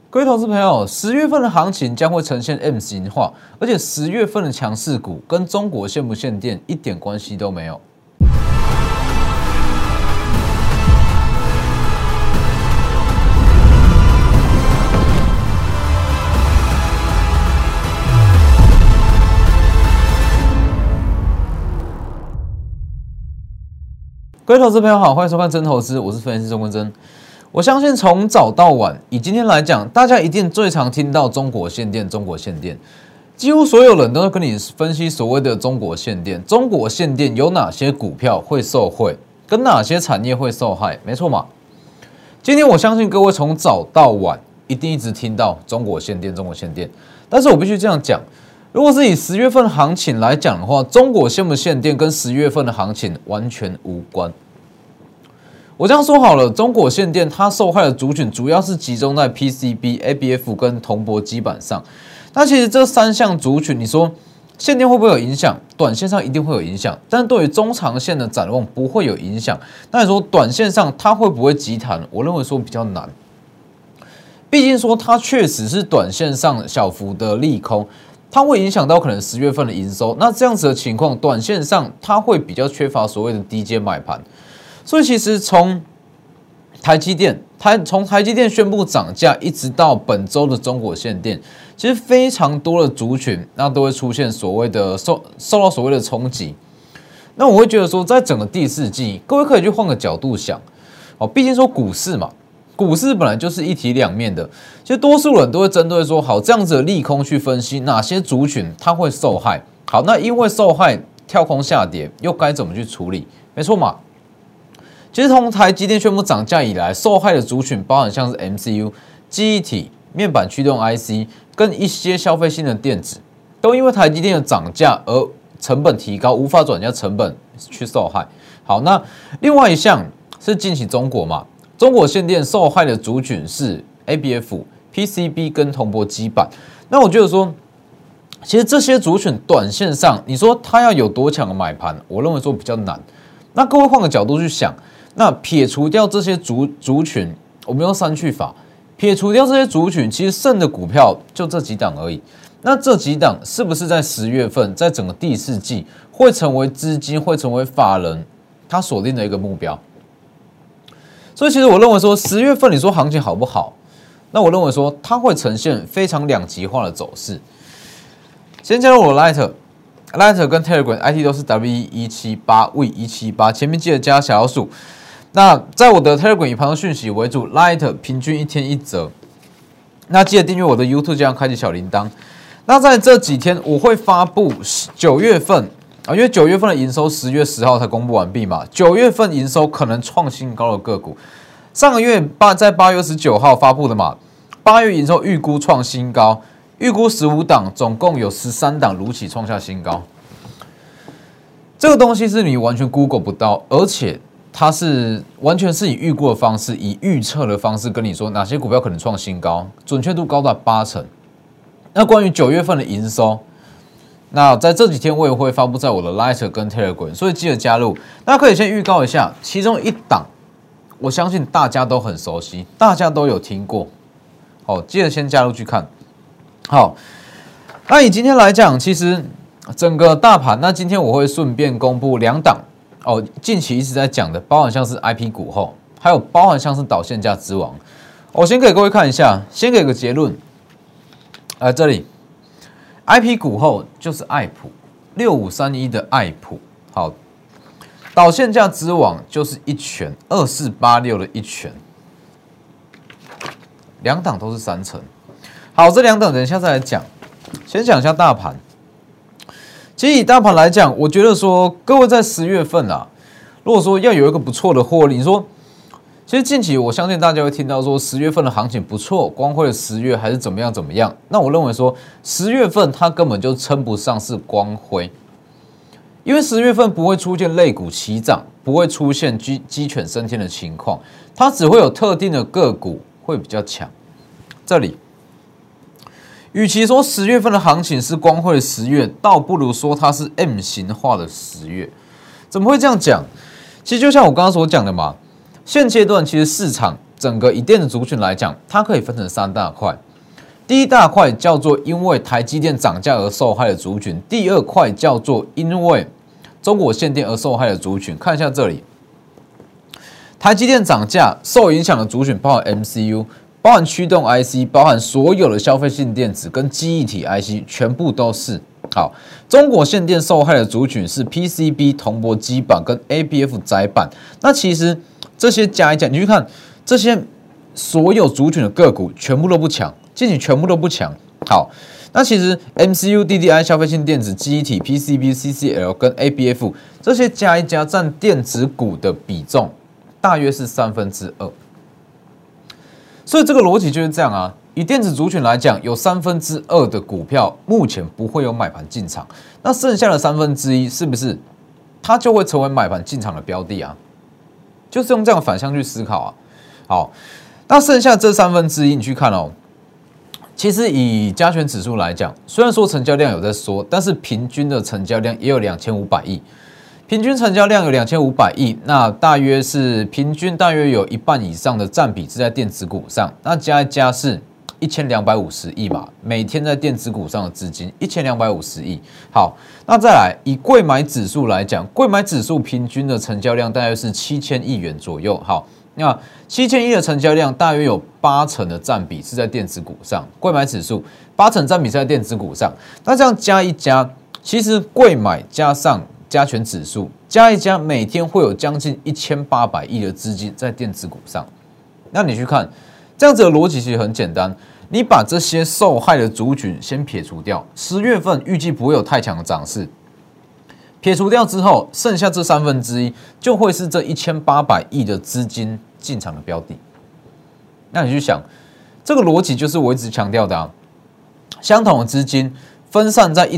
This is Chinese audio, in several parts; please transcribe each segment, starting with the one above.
各位投资朋友，10月份的行情将会呈现 M 型化，而且10月份的强势股跟中国限不限电一点关系都没有。各位投资朋友好，欢迎收看真投资，我是分析师钟文真。我相信从早到晚，以今天来讲，大家一定最常听到中国限电，中国限电，几乎所有人都会跟你分析所谓的中国限电。中国限电有哪些股票会受惠，跟哪些产业会受害？没错嘛。今天我相信各位从早到晚一定一直听到中国限电，中国限电。但是我必须这样讲，如果是以10月份行情来讲的话，中国限不限电跟10月份的行情完全无关。我这样说好了，中国限电它受害的族群主要是集中在 PCB、ABF 跟铜箔基板上。那其实这3项族群，你说限电会不会有影响？短线上一定会有影响，但对于中长线的展望不会有影响。那你说短线上它会不会急弹？我认为说比较难。毕竟说它确实是短线上小幅的利空，它会影响到可能10月份的营收。那这样子的情况，短线上它会比较缺乏所谓的低阶买盘。所以其实从台积电宣布涨价，一直到本周的中国限电，其实非常多的族群，那都会出现所谓的受到所谓的冲击。那我会觉得说，在整个第4季，各位可以去换个角度想，毕竟说股市嘛，股市本来就是一体两面的。其实多数人都会针对说，好这样子的利空去分析哪些族群它会受害。好，那因为受害跳空下跌，又该怎么去处理？没错嘛。其实从台积电宣布涨价以来，受害的族群包含像是 MCU、记忆体、面板驱动 IC 跟一些消费性的电子，都因为台积电的涨价而成本提高，无法转嫁成本去受害。好，那另外一项是近期中国嘛，中国限电受害的族群是 ABF、PCB 跟铜箔基板。那我觉得说，其实这些族群短线上，你说它要有多强的买盘，我认为说比较难。那各位换个角度去想。那撇除掉这些族群，我们用删去法，撇除掉这些族群，其实剩的股票就这几档而已。那这几档是不是在10月份，在整个第4季会成为资金、会成为法人他锁定的一个目标？所以其实我认为说10月份你说行情好不好？那我认为说它会呈现非常两极化的走势。先加入我的 Light 跟 Telegram ID 都是 W178V178，前面记得加小老鼠。那在我的 Telegram 以盘中讯息为主 ，Light 平均1天1则。那记得订阅我的 YouTube， 这样开启小铃铛。那在这几天我会发布9月份因为9月份的营收10月10号才公布完毕嘛，9月份营收可能创新高的个股。上个月在8月29号发布的嘛，8月营收预估创新高，预估15档，总共有13档如期创下新高。这个东西是你完全 Google 不到，而且它是完全是以预估的方式，以预测的方式跟你说哪些股票可能创新高，准确度高达80%。那关于9月份的营收，那在这几天我也会发布在我的 Light 跟 Telegram， 所以记得加入。那可以先预告一下，其中一档，我相信大家都很熟悉，大家都有听过。好，记得先加入去看。好，那以今天来讲，其实整个大盘，那今天我会顺便公布2档。近期一直在讲的，包含像是 IP 股后，还有包含像是导线价之王。我先给各位看一下，先给个结论。这里 IP 股后就是爱普6531的爱普，好，导线价之王就是一拳2486的一拳，2档都是3成。好，这2档等一下再来讲，先讲一下大盘。其实以大盘来讲，我觉得说各位在10月份如果说要有一个不错的获利，你说，其实近期我相信大家会听到说10月份的行情不错，光辉的10月还是怎么样。那我认为说10月份它根本就称不上是光辉，因为10月份不会出现类股齐涨，不会出现鸡犬升天的情况，它只会有特定的个股会比较强。这里。与其说10月份的行情是光辉的10月，倒不如说它是 M 型化的10月。怎么会这样讲？其实就像我刚刚所讲的嘛，现阶段其实市场整个以电子族群来讲，它可以分成3大块。第一大块叫做因为台积电涨价而受害的族群，第二块叫做因为中国限电而受害的族群。看一下这里，台积电涨价受影响的族群包含 MCU， 包含驱动 IC， 包含所有的消费性电子跟记忆体 IC， 全部都是。好，中国限电受害的族群是 PCB 铜箔基板跟 ABF 载板。那其实这些加一加，你去看这些所有族群的个股，全部都不强。近期全部都不强。好，那其实 MCU、DDI、消费性电子、记忆体、PCB、CCL 跟 ABF 这些加一加，占电子股的比重大约是2/3。所以这个逻辑就是这样啊。以电子族群来讲，有2/3的股票目前不会有买盘进场，那剩下的1/3是不是它就会成为买盘进场的标的啊？就是用这样的反向去思考啊。好，那剩下这1/3，你去看哦。其实以加权指数来讲，虽然说成交量有在缩，但是平均的成交量也有2500亿，平均成交量有2500亿，那大约是平均大约有一半以上的占比是在电子股上，那加一加是1250亿嘛，每天在电子股上的资金1250亿。好，那再来以柜买指数来讲，柜买指数平均的成交量大约是7000亿元左右。好。那7000亿的成交量，大约有80%的占比是在电子股上，柜买指数80%占比是在电子股上。那这样加一加，其实柜买加上加权指数加一加，每天会有将近1800亿的资金在电子股上。那你去看这样子的逻辑其实很简单，你把这些受害的族群先撇除掉，10月份预计不会有太强的涨势。撇除掉之后，剩下这1/3就会是这1800亿的资金进场的标的。那你去想，这个逻辑就是我一直强调的啊，相同的资金分散在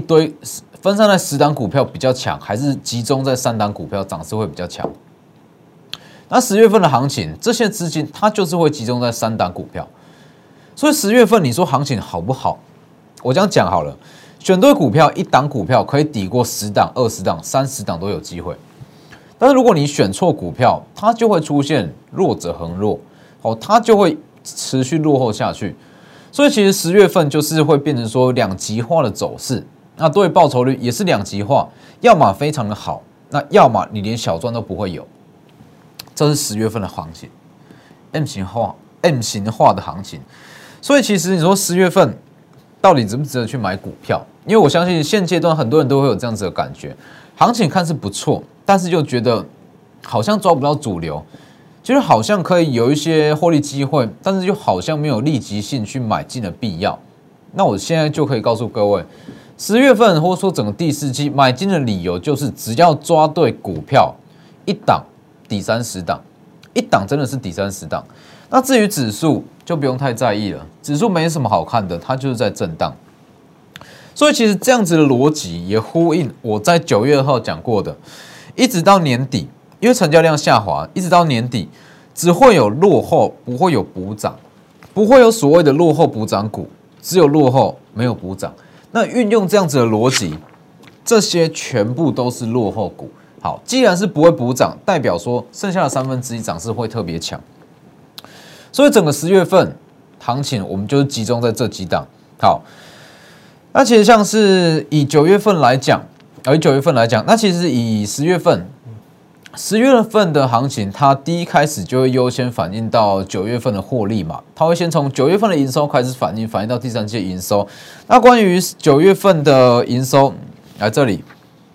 10档股票比较强，还是集中在3档股票涨势会比较强？那10月份的行情，这些资金它就是会集中在3档股票，所以10月份你说行情好不好？我这样讲好了。选对股票，一档股票可以抵过10档、20档、30档都有机会。但是如果你选错股票，它就会出现弱者恒弱，它就会持续落后下去。所以其实10月份就是会变成说2极化的走势，那对报酬率也是2极化，要么非常的好，那要么你连小赚都不会有。这是10月份的行情 ，M 型化的行情。所以其实你说10月份到底值不值得去买股票？因为我相信现阶段很多人都会有这样子的感觉，行情看似不错，但是又觉得好像抓不到主流，就是好像可以有一些获利机会，但是又好像没有立即性去买进的必要。那我现在就可以告诉各位，10月份或者说整个第4季买进的理由就是只要抓对股票，一档抵30档，一档真的是抵30档。那至于指数就不用太在意了，指数没什么好看的，它就是在震荡。所以其实这样子的逻辑也呼应我在9月2号讲过的，一直到年底，因为成交量下滑，一直到年底只会有落后，不会有补涨，不会有所谓的落后补涨股，只有落后没有补涨。那运用这样子的逻辑，这些全部都是落后股。好，既然是不会补涨，代表说剩下的1/3涨势会特别强。所以整个10月份行情，我们就是集中在这几档。好。那其实像是以9月份来讲，那其实以10月份的行情，它第一开始就会优先反映到9月份的获利嘛，它会先从9月份的营收开始反映到第3季的营收。那关于9月份的营收，来这里，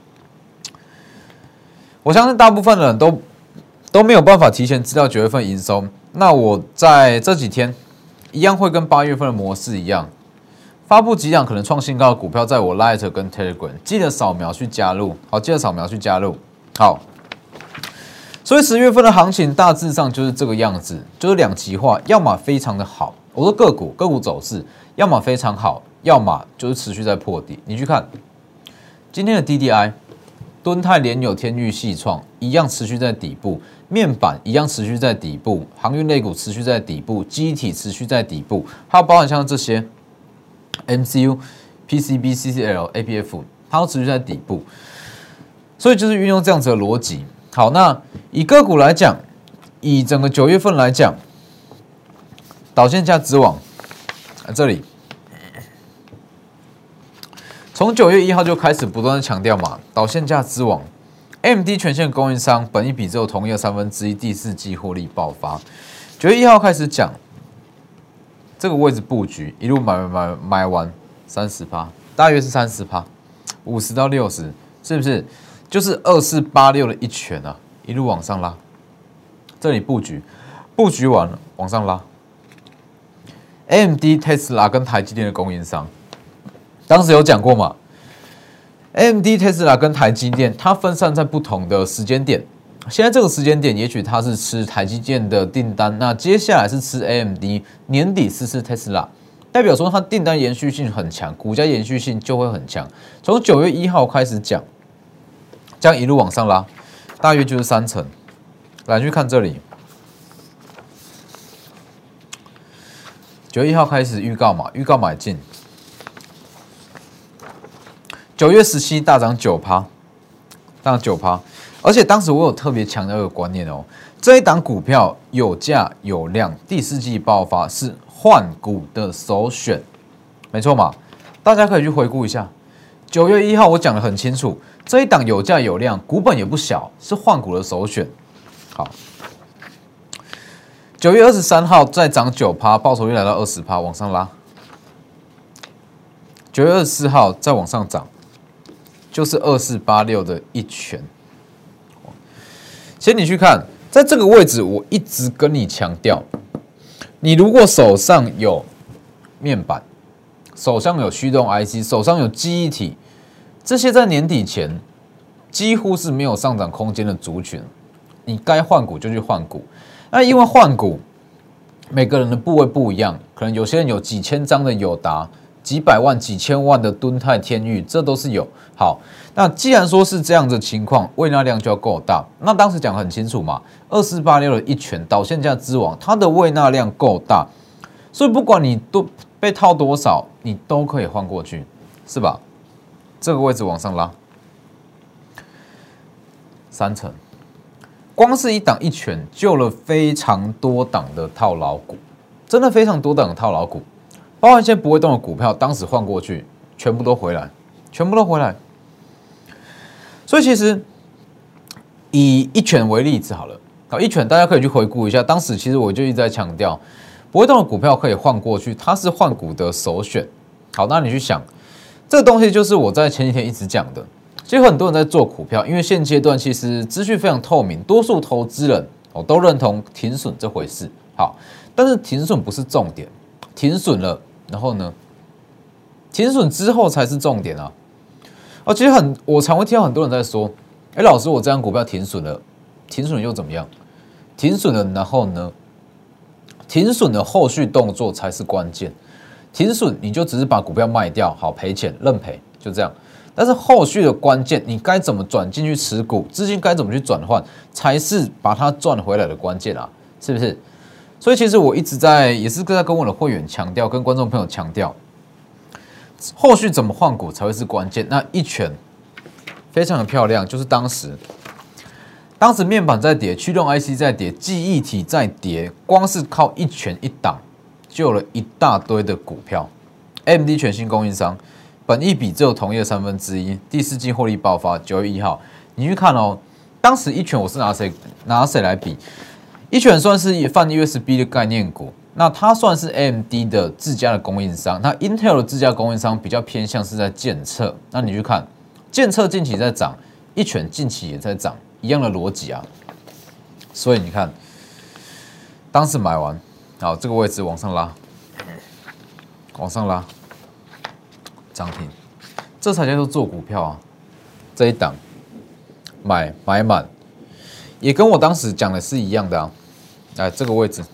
我相信大部分的人都没有办法提前知道9月份营收。那我在这几天一样会跟8月份的模式一样。发布几档可能创新高的股票，在我 Light 跟 Telegram， 记得扫描去加入。好，记得扫描去加入。好，所以10月份的行情大致上就是这个样子，就是2极化，要么非常的好，我说个股走势，要么非常好，要么就是持续在破底。你去看今天的 DDI， 敦泰、联友、天钰、矽创一样持续在底部，面板一样持续在底部，航运类股持续在底部，记忆体持续在底部，还有包含像这些。MCU、PCB、CCL、ABF， 它都持续在底部，所以就是运用这样子的逻辑。好，那以个股来讲，以整个9月份来讲， 导线架之王，这里从9月1号就开始不断的强调嘛，导线架之王 ，AMD 全线供应商，本益比只有同业1/3，第4季获利爆发。9月1号开始讲这个位置布局，一路买完30%，大约是30%，50到60，是不是？就是2486的一拳啊，一路往上拉。这里布局完了，往上拉。AMD、Tesla 跟台积电的供应商，当时有讲过嘛 ？AMD、Tesla 跟台积电，它分散在不同的时间点。现在这个时间点，也许它是吃台积电的订单，那接下来是吃 AMD， 年底是吃 Tesla， 代表说它订单延续性很强，股价延续性就会很强。从9月1号开始讲，这样一路往上拉，大约就是3成。来去看这里。9月1号开始预告嘛，预告买进。9月17大涨9%，大涨9%，而且当时我有特别强调一个观念哦，这一档股票有价有量，第4季爆发是换股的首选，没错嘛？大家可以去回顾一下，9月1号我讲得很清楚，这一档有价有量，股本也不小，是换股的首选。好。9月23号再涨9%，报酬率来到20%，往上拉。9月24号再往上涨，就是2486的一拳。先你去看，在这个位置，我一直跟你强调，你如果手上有面板，手上有驱动 IC， 手上有记忆体，这些在年底前几乎是没有上涨空间的族群，你该换股就去换股。那因为换股，每个人的部位不一样，可能有些人有几千张的友达，几百万、几千万的敦泰、天钰，这都是有。好，那既然说是这样的情况，胃纳量就要够大。那当时讲得很清楚嘛，2486的一拳导线架之王，它的胃纳量够大，所以不管你都被套多少，你都可以换过去，是吧？这个位置往上拉3成。光是一档一拳救了非常多档的套牢股，真的非常多档的套牢股，包含一些不会动的股票，当时换过去，全部都回来，全部都回来。所以其实以一拳为例子好了，好，一拳大家可以去回顾一下，当时其实我就一直在强调，不会动的股票可以换过去，它是换股的首选。好，那你去想，这个东西就是我在前几天一直讲的。其实很多人在做股票，因为现阶段其实资讯非常透明，多数投资人都认同停损这回事。好，但是停损不是重点，停损了，然后呢？停损之后才是重点啊！其实我常会听到很多人在说：“老师，我这张股票停损了，停损又怎么样？停损了，然后呢？停损的后续动作才是关键。停损你就只是把股票卖掉，好赔钱认赔，就这样。”但是后续的关键，你该怎么转进去持股，资金该怎么去转换，才是把它赚回来的关键啊，是不是？所以其实我一直也是在跟我的会员强调，跟观众朋友强调，后续怎么换股才会是关键。那一拳非常的漂亮，就是当时面板在跌，驱动 IC 在跌，记忆体在跌，光是靠一拳一档，救了一大堆的股票。AMD 全新供应商。本益比只有同业1/3，第4季获利爆发。9月1号，你去看哦，当时一拳我是拿谁来比？一拳算是泛 USB 的概念股，那它算是 AMD 的自家的供应商，那 Intel 的自家供应商比较偏向是在建测。那你去看，建测近期在涨，一拳近期也在涨，一样的逻辑啊。所以你看，当时买完，好，这个位置往上拉，往上拉。涨停，这才叫做做股票啊！这一档买满，也跟我当时讲的是一样的啊。来这个位置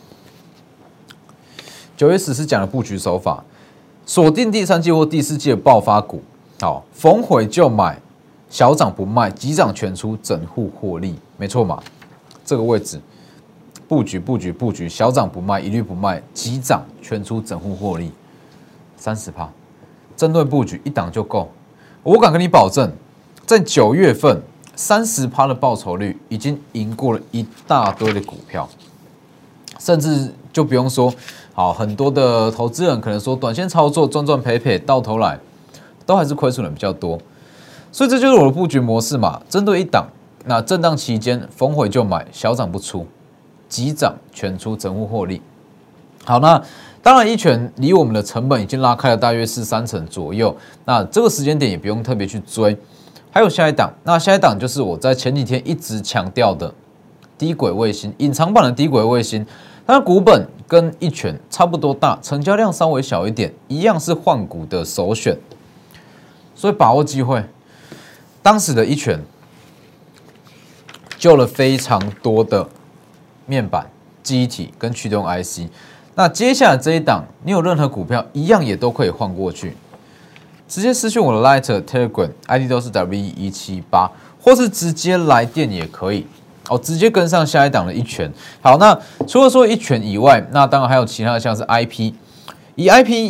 ，9月14讲的布局手法，锁定第3季或第4季的爆发股，好，逢回就买，小涨不卖，急涨全出，整户获利，没错嘛？这个位置布局，小涨不卖，一律不卖，急涨全出，整户获利30%。针对布局一档就够，我敢跟你保证，在9月份30%的报酬率已经赢过了一大堆的股票甚至就不用说，好，很多的投资人可能说短线操作赚赚赔赔，到头来都还是亏损的比较多。所以这就是我的布局模式嘛，针对一档，那震荡期间逢回就买，小涨不出，急涨全出，整户获利。好，那当然一拳离我们的成本已经拉开了大约是3成左右，那这个时间点也不用特别去追。还有下一档，那下一档就是我在前几天一直强调的低轨卫星，隐藏版的低轨卫星，它的股本跟一拳差不多大，成交量稍微小一点，一样是换股的首选，所以把握机会。当时的一拳救了非常多的面板、记忆体跟驱动 IC。那接下来这一档，你有任何股票一样也都可以换过去，直接私讯我的 Line、Telegram ID 都是 W178，或是直接来电也可以哦，直接跟上下一档的一拳。好，那除了说一拳以外，那当然还有其他的，像是 IP。以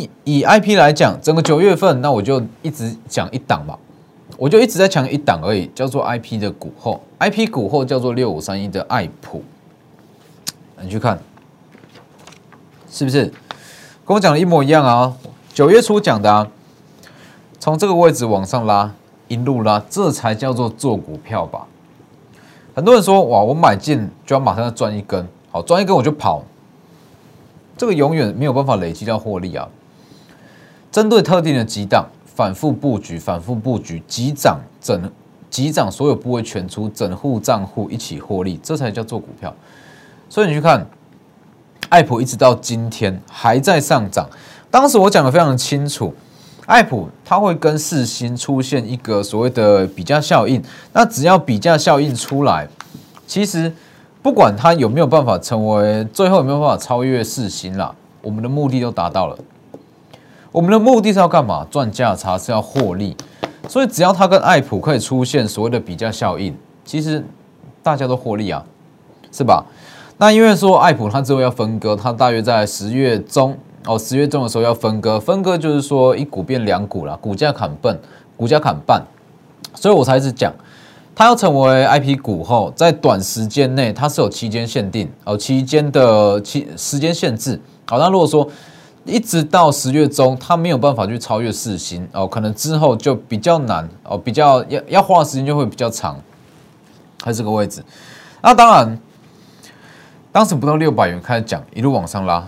IP 来讲，整个9月份，那我就一直讲一档吧。我就一直在讲一档而已，叫做 IP 的股后 ，IP 股后叫做6531的爱普，你去看，是不是跟我讲的一模一样啊？9月初讲的啊，从这个位置往上拉，一路拉，这才叫做做股票吧？很多人说，哇，我买进就要马上要赚一根，好，赚一根我就跑，这个永远没有办法累积到获利啊。针对特定的几档。反复布局，急涨，所有部位全出，整户账户一起获利，这才叫做股票。所以你去看，爱普一直到今天还在上涨。当时我讲的非常的清楚，爱普它会跟世芯出现一个所谓的比价效应。那只要比价效应出来，其实不管它有没有办法成为最后有没有办法超越世芯啦，我们的目的都达到了。我们的目的是要干嘛？赚价差，是要获利。所以只要它跟爱普可以出现所谓的比价效应，其实大家都获利啊，是吧？那因为说爱普它之后要分割，它大约在10月中10月中的时候要分割，分割就是说一股变2股啦，股价砍半，所以我才一直讲，它要成为 IP 股后，在短时间内它是有期间限定期间的时间限制。好，那如果说一直到10月中，它没有办法去超越世芯可能之后就比较难比较要花的时间就会比较长，在这个位置。那当然，当时不到600元开始讲，一路往上拉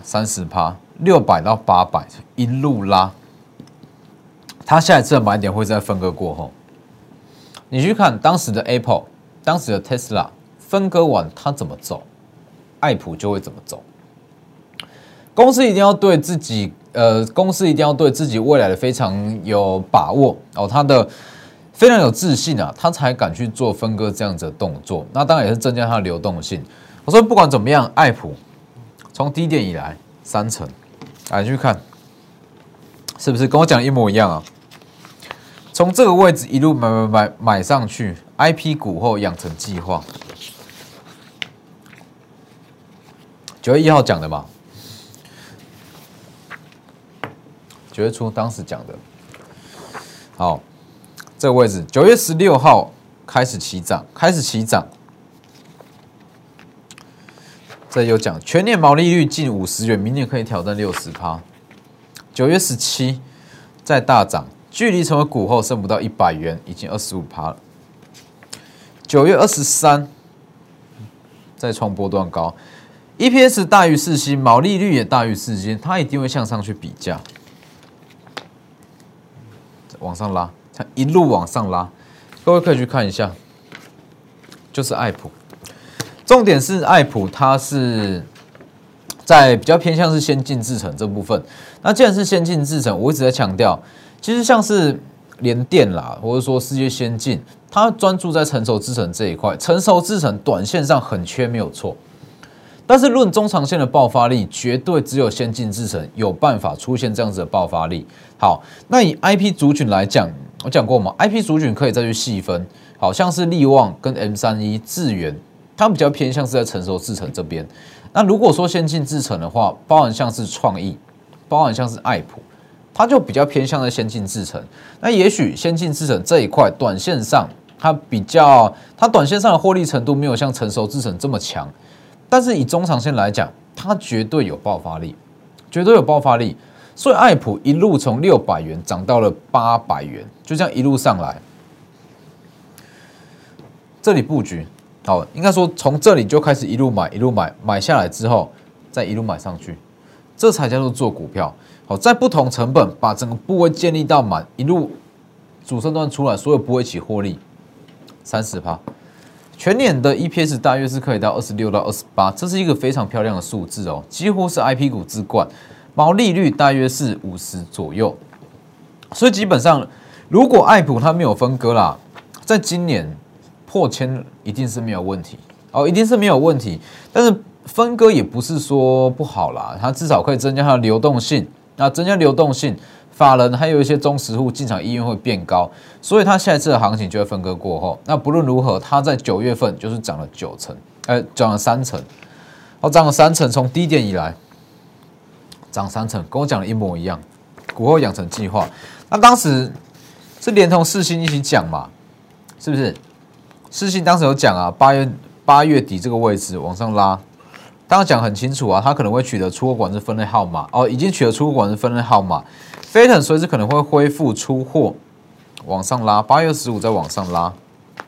30%，600到800一路拉。它下一次的买点会在分割过后。你去看当时的 Apple， 当时的 Tesla 分割完它怎么走，爱普就会怎么走。公司一定要对自己，未来的非常有把握他的非常有自信啊，他才敢去做分割这样子的动作。那当然也是增加它的流动性。我说不管怎么样，爱普从低点以来3成，来去看，是不是跟我讲的一模一样啊？从这个位置一路买上去 ，IP 股后养成计划，9月1号讲的嘛。9月初当时讲的，好，这个位置9月16号开始起涨，这有讲全年毛利率近50元，明年可以挑战60%。9月17再大涨，距离成为股后剩不到100元，已经25%了。9月23再创波段高 ，EPS 大于世芯，毛利率也大于世芯，它一定会向上去比价。往上拉，一路往上拉，各位可以去看一下，就是爱普。重点是爱普，它是在比较偏向是先进制程这部分。那既然是先进制程，我一直在强调，其实像是联电啦，或者说世界先进，它专注在成熟制程这一块。成熟制程短线上很缺没有错，但是论中长线的爆发力，绝对只有先进制程有办法出现这样子的爆发力。好，那以 IP 族群来讲，我讲过嘛 ，IP 族群可以再去细分，好像是力旺跟 M31、智原，它比较偏向是在成熟制程这边。那如果说先进制程的话，包含像是创意，包含像是爱普，它就比较偏向在先进制程。那也许先进制程这一块，短线上它短线上的获利程度没有像成熟制程这么强。但是以中长线来讲， 它绝对有爆发力，绝对有爆发力。所以爱普一路从600元涨到了800元，就这样一路上来。这里布局，好，应该说从这里就开始一路买，一路买，买下来之后再一路买上去，这才叫做做股票。好，在不同成本把整个部位建立到满，一路主升段出来，所有部位一起获利30%。全年的 EPS 大约是可以到26到28，这是一个非常漂亮的数字哦，几乎是 IP 股之冠。毛利率大约是50%左右，所以基本上，如果爱普它没有分割啦，在今年破千一定是没有问题哦，一定是没有问题。但是分割也不是说不好啦，它至少可以增加它的流动性。那增加流动性，法人还有一些中实户进场意愿会变高，所以它下一次的行情就会分割过后。那不论如何，它在9月份就是涨了9成，涨了3成，哦，涨了3成，从低点以来。涨3成，跟我讲的一模一样。股后养成计划，那当时是连同世新一起讲嘛，是不是？世新当时有讲啊，8月底这个位置往上拉，当然讲很清楚啊，它可能会取得出货管制分类号码哦，已经取得出货管制分类号码，飞腾随时可能会恢复出货，往上拉，8月15再往上拉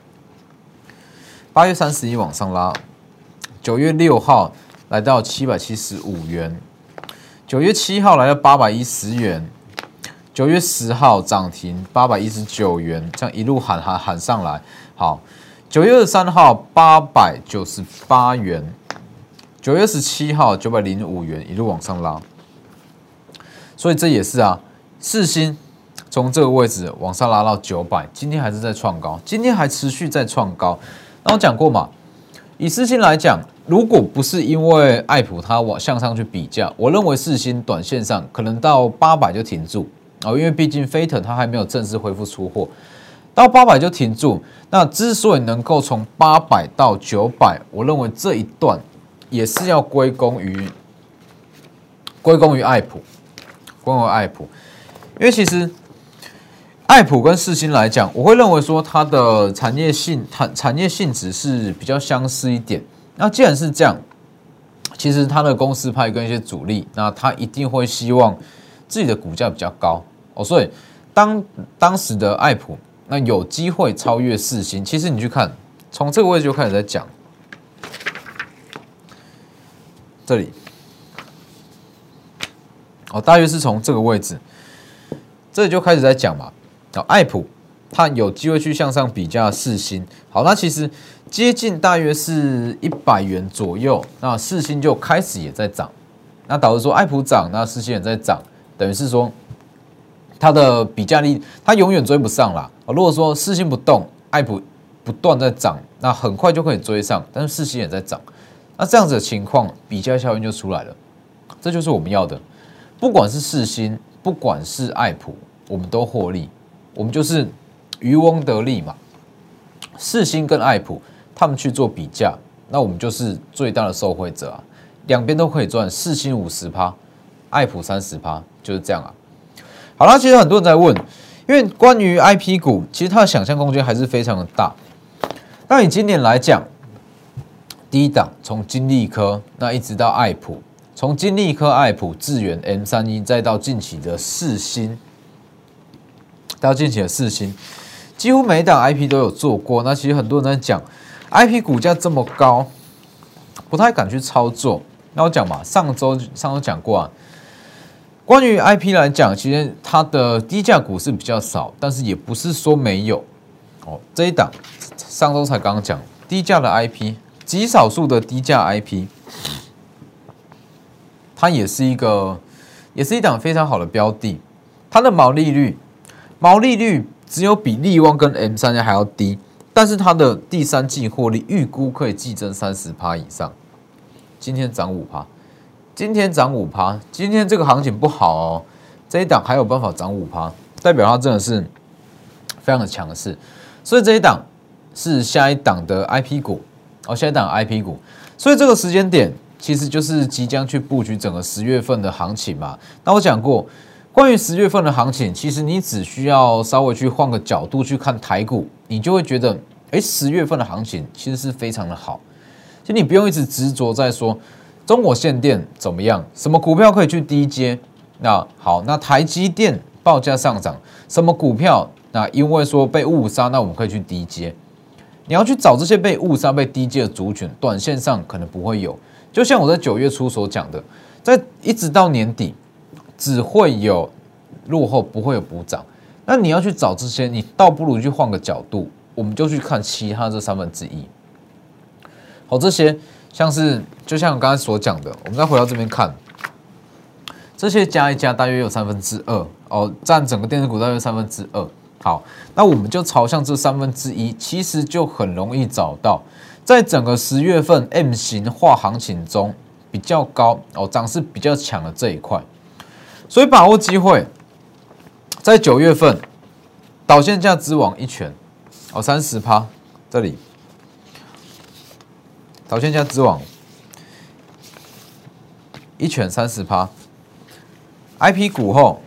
，8月31往上拉，9月6号来到775元。9月7号来到810元，9月10号涨停819元，这样一路喊上来。好，9月23号898元，9月17号905元，一路往上拉。所以这也是啊，世新从这个位置往上拉到900，今天还是在创高，今天还持续在创高。那我讲过嘛，以世新来讲。如果不是因为爱普它往向上去比价，我认为世新短线上可能到800就停住哦，因为毕竟飞腾它还没有正式恢复出货，到800就停住。那之所以能够从800到900，我认为这一段也是要归功于爱普，因为其实爱普跟世新来讲，我会认为说它的产业性质是比较相似一点。那既然是这样，其实他的公司派跟一些主力，那他一定会希望自己的股价比较高哦，所以当时的爱普那有机会超越世新。其实你去看，从这个位置就开始在讲，这里哦，大约是从这个位置，这里就开始在讲嘛。哦，爱普它有机会去向上比价世新。好，那其实接近大约是100元左右，那世新就开始也在涨，那导致说爱普涨，那世新也在涨，等于是说它的比价力它永远追不上啦。如果说世新不动，爱普不断在涨，那很快就可以追上，但是世新也在涨，那这样子的情况，比价效应就出来了，这就是我们要的。不管是世新，不管是爱普，我们都获利，我们就是渔翁得利嘛。世新跟爱普他们去做比价，那我们就是最大的受惠者啊，两边都可以赚，世新50%，爱普30%，就是这样啊。好啦，其实很多人在问，因为关于 IP 股，其实它的想象空间还是非常的大。那以今年来讲，第一档从金利科那一直到爱普，从金利科、爱普、智原、M31，再到近期的世新，几乎每一档 IP 都有做过。那其实很多人在讲 IP 股价这么高，不太敢去操作。那我讲嘛，上周讲过啊，关于 IP 来讲，其实它的低价股是比较少，但是也不是说没有哦。这一档上周才刚刚讲低价的 IP， 极少数的低价 IP， 它也是一档非常好的标的。它的毛利率只有比力旺跟 M31还要低，但是它的第三季获利预估可以季增30%以上。今天涨5%，今天这个行情不好哦，这一档还有办法涨5%，代表它真的是非常的强势。所以这一档是下一档的 IP 股哦，下一档 IP 股。所以这个时间点其实就是即将去布局整个10月份的行情嘛。那我讲过。关于10月份的行情，其实你只需要稍微去换个角度去看台股，你就会觉得，10月份的行情其实是非常的好。其实你不用一直执着在说中国限电怎么样？什么股票可以去低接？那好，那台积电报价上涨，什么股票？那因为说被误杀，那我们可以去低接。你要去找这些被误杀、被低接的族群，短线上可能不会有。就像我在9月初所讲的，在一直到年底，只会有落后，不会有补涨。那你要去找这些，你倒不如去换个角度，我们就去看其他这1/3。好，这些像是就像我刚才所讲的，我们再回到这边看，这些加一加大约有2/3哦，占整个电子股大约2/3。好，那我们就朝向这1/3，其实就很容易找到，在整个10月份 M 型化行情中比较高哦，涨势比较强的这一块，所以把握机会，在9月份导线价之王一拳哦，30%这里，导线价之王一拳30%，IP 股后。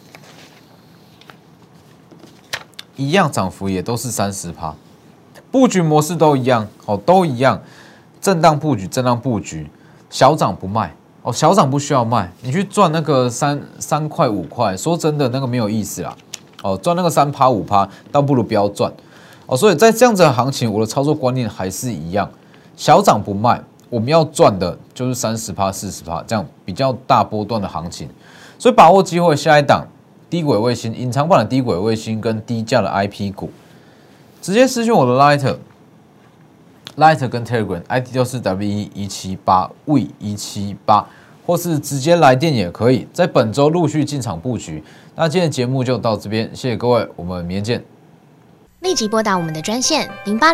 一样涨幅也都是30%，布局模式都一样哦，都一样，震荡布局，震荡布局，小涨不卖哦，小涨不需要卖，你去赚那个3块5块，说真的那个没有意思啦，哦，赚那个3%、5%，倒不如不要赚哦，所以在这样子的行情，我的操作观念还是一样，小涨不卖，我们要赚的就是30%、40%这样比较大波段的行情，所以把握机会，下一档。低轨卫星、隐藏版的低轨卫星跟低价的 IP 股，直接私讯我的 Light 跟 Telegram ID 都是 W178V178，或是直接来电也可以。在本周陆续进场布局。那今天的节目就到这边，谢谢各位，我们明天见。 立即拨打我们的专线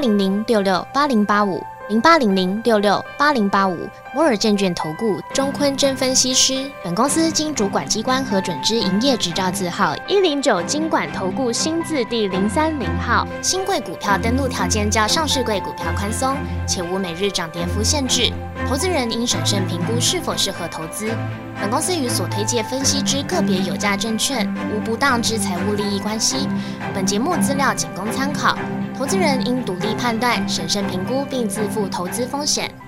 08006680850800668085摩尔证券投顾钟坤真分析师。本公司经主管机关核准之营业执照字号109金管投顾新字第030号。新贵股票登录条件较上市贵股票宽松，且无每日涨跌幅限制。投资人应审慎评估是否适合投资。本公司与所推介分析之个别有价证券无不当之财务利益关系。本节目资料仅供参考，投资人应独立判断、审慎评估并自负投资风险。